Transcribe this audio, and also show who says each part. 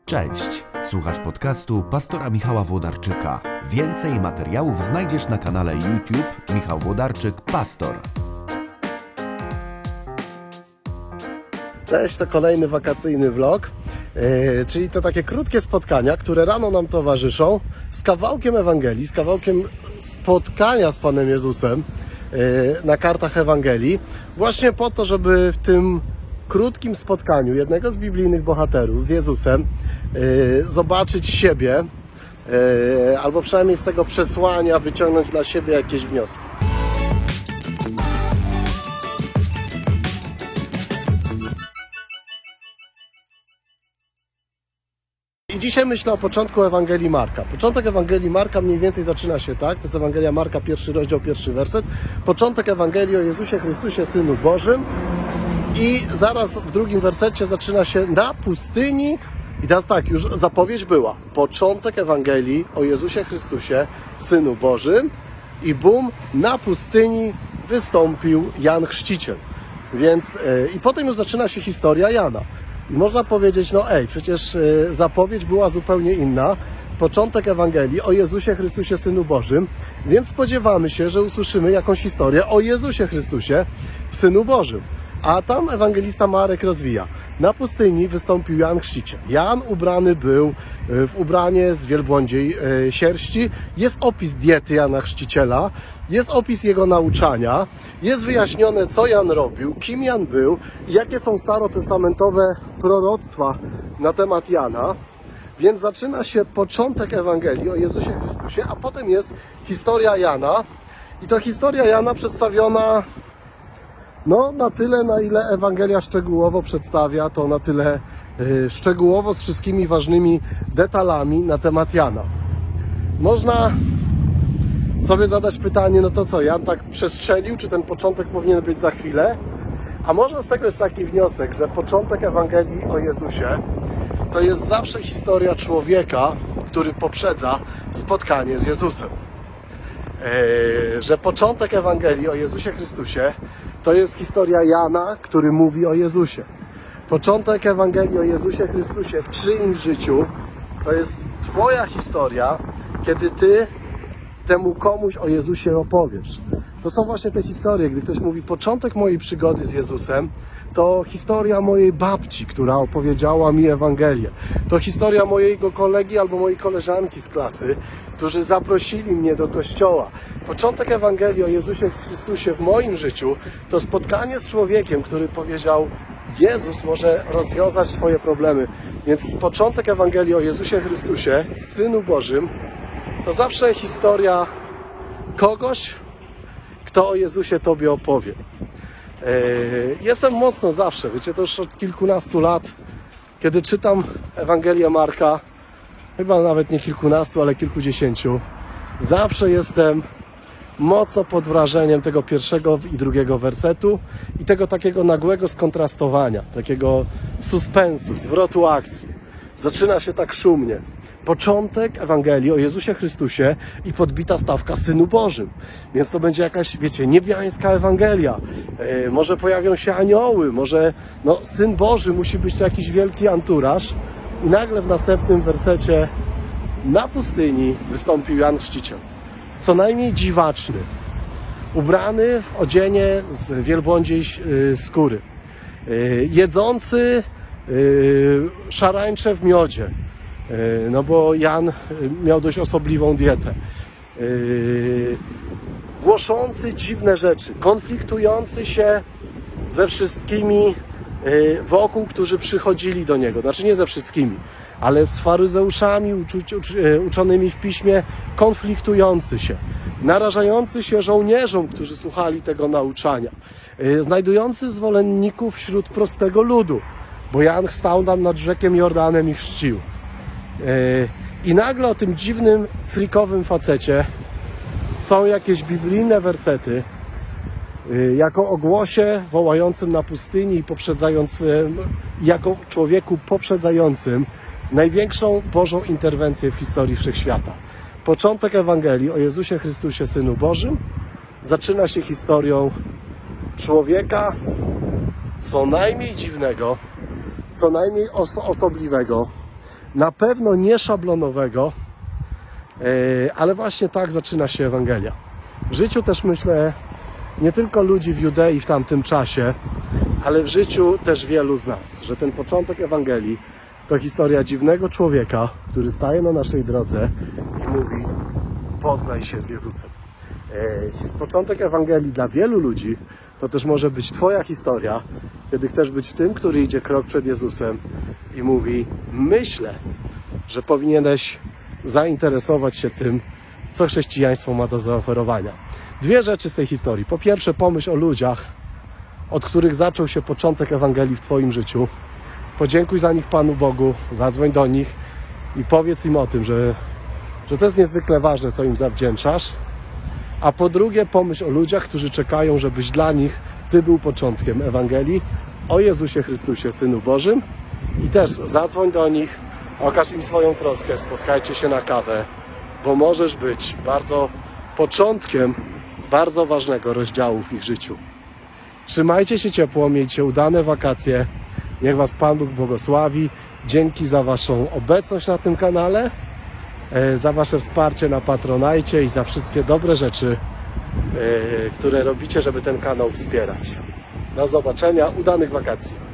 Speaker 1: Cześć, słuchasz podcastu pastora Michała Włodarczyka. Więcej materiałów znajdziesz na kanale YouTube Michał Włodarczyk Pastor.
Speaker 2: Cześć, to kolejny wakacyjny vlog, czyli to takie krótkie spotkania, które rano nam towarzyszą z kawałkiem Ewangelii, z kawałkiem spotkania z Panem Jezusem na kartach Ewangelii, właśnie po to, żeby w tym krótkim spotkaniu jednego z biblijnych bohaterów z Jezusem zobaczyć siebie, albo przynajmniej z tego przesłania wyciągnąć dla siebie jakieś wnioski. I dzisiaj myślę o początku Ewangelii Marka. Początek Ewangelii Marka mniej więcej zaczyna się tak, to jest Ewangelia Marka, 1 rozdział, 1 werset. Początek Ewangelii o Jezusie Chrystusie, Synu Bożym. I zaraz w drugim wersecie zaczyna się na pustyni. I teraz tak, już zapowiedź była. Początek Ewangelii o Jezusie Chrystusie, Synu Bożym. I bum, na pustyni wystąpił Jan Chrzciciel. Więc i potem już zaczyna się historia Jana. I można powiedzieć, przecież zapowiedź była zupełnie inna. Początek Ewangelii o Jezusie Chrystusie, Synu Bożym. Więc spodziewamy się, że usłyszymy jakąś historię o Jezusie Chrystusie, Synu Bożym. A tam ewangelista Marek rozwija. Na pustyni wystąpił Jan Chrzciciel. Jan ubrany był w ubranie z wielbłądziej sierści. Jest opis diety Jana Chrzciciela. Jest opis jego nauczania. Jest wyjaśnione, co Jan robił, kim Jan był i jakie są starotestamentowe proroctwa na temat Jana. Więc zaczyna się początek Ewangelii o Jezusie Chrystusie, a potem jest historia Jana. I to historia Jana przedstawiona na tyle, na ile Ewangelia szczegółowo przedstawia, to na tyle szczegółowo z wszystkimi ważnymi detalami na temat Jana. Można sobie zadać pytanie, to co, Jan tak przestrzelił, czy ten początek powinien być za chwilę? A może z tego jest taki wniosek, że początek Ewangelii o Jezusie to jest zawsze historia człowieka, który poprzedza spotkanie z Jezusem. Że początek Ewangelii o Jezusie Chrystusie to jest historia Jana, który mówi o Jezusie. Początek Ewangelii o Jezusie Chrystusie w czyimś życiu to jest Twoja historia, kiedy Ty temu komuś o Jezusie opowiesz. To są właśnie te historie, gdy ktoś mówi, początek mojej przygody z Jezusem to historia mojej babci, która opowiedziała mi Ewangelię. To historia mojego kolegi albo mojej koleżanki z klasy, którzy zaprosili mnie do kościoła. Początek Ewangelii o Jezusie Chrystusie w moim życiu to spotkanie z człowiekiem, który powiedział, Jezus może rozwiązać Twoje problemy. Więc początek Ewangelii o Jezusie Chrystusie, Synu Bożym, to zawsze historia kogoś, kto o Jezusie Tobie opowie. Jestem mocno zawsze, wiecie, to już od kilkunastu lat, kiedy czytam Ewangelię Marka, chyba nawet nie kilkunastu, ale kilkudziesięciu, zawsze jestem mocno pod wrażeniem tego pierwszego i drugiego wersetu i tego takiego nagłego skontrastowania, takiego suspensu, zwrotu akcji. Zaczyna się tak szumnie. Początek Ewangelii o Jezusie Chrystusie i podbita stawka Synu Bożym. Więc to będzie jakaś, niebiańska Ewangelia. Może pojawią się anioły, może Syn Boży, musi być to jakiś wielki anturaż. I nagle w następnym wersecie na pustyni wystąpił Jan Chrzciciel. Co najmniej dziwaczny. Ubrany w odzienie z wielbłądziej skóry. Jedzący szarańcze w miodzie. Bo Jan miał dość osobliwą dietę. Głoszący dziwne rzeczy, konfliktujący się ze wszystkimi wokół, którzy przychodzili do niego. Znaczy nie ze wszystkimi, ale z faryzeuszami uczonymi w piśmie, konfliktujący się, narażający się żołnierzom, którzy słuchali tego nauczania, znajdujący zwolenników wśród prostego ludu, bo Jan stał tam nad rzekiem Jordanem i chrzcił. I nagle o tym dziwnym, frikowym facecie są jakieś biblijne wersety, jako o głosie wołającym na pustyni i poprzedzającym, jako człowieku poprzedzającym największą Bożą interwencję w historii wszechświata. Początek Ewangelii o Jezusie Chrystusie, Synu Bożym, zaczyna się historią człowieka co najmniej dziwnego, co najmniej osobliwego, na pewno nie szablonowego, ale właśnie tak zaczyna się Ewangelia. W życiu też myślę nie tylko ludzi w Judei w tamtym czasie, ale w życiu też wielu z nas, że ten początek Ewangelii to historia dziwnego człowieka, który staje na naszej drodze i mówi: poznaj się z Jezusem. Początek Ewangelii dla wielu ludzi to też może być Twoja historia, kiedy chcesz być tym, który idzie krok przed Jezusem i mówi: myślę, że powinieneś zainteresować się tym, co chrześcijaństwo ma do zaoferowania. Dwie rzeczy z tej historii. Po pierwsze, pomyśl o ludziach, od których zaczął się początek Ewangelii w Twoim życiu. Podziękuj za nich Panu Bogu, zadzwoń do nich i powiedz im o tym, że to jest niezwykle ważne, co im zawdzięczasz. A po drugie, pomyśl o ludziach, którzy czekają, żebyś dla nich Ty był początkiem Ewangelii o Jezusie Chrystusie, Synu Bożym. I też zadzwoń do nich, okaż im swoją troskę, spotkajcie się na kawę, bo możesz być początkiem bardzo ważnego rozdziału w ich życiu. Trzymajcie się ciepło, miejcie udane wakacje. Niech Was Pan Bóg błogosławi. Dzięki za Waszą obecność na tym kanale, za Wasze wsparcie na Patronajcie i za wszystkie dobre rzeczy, które robicie, żeby ten kanał wspierać. Do zobaczenia, udanych wakacji.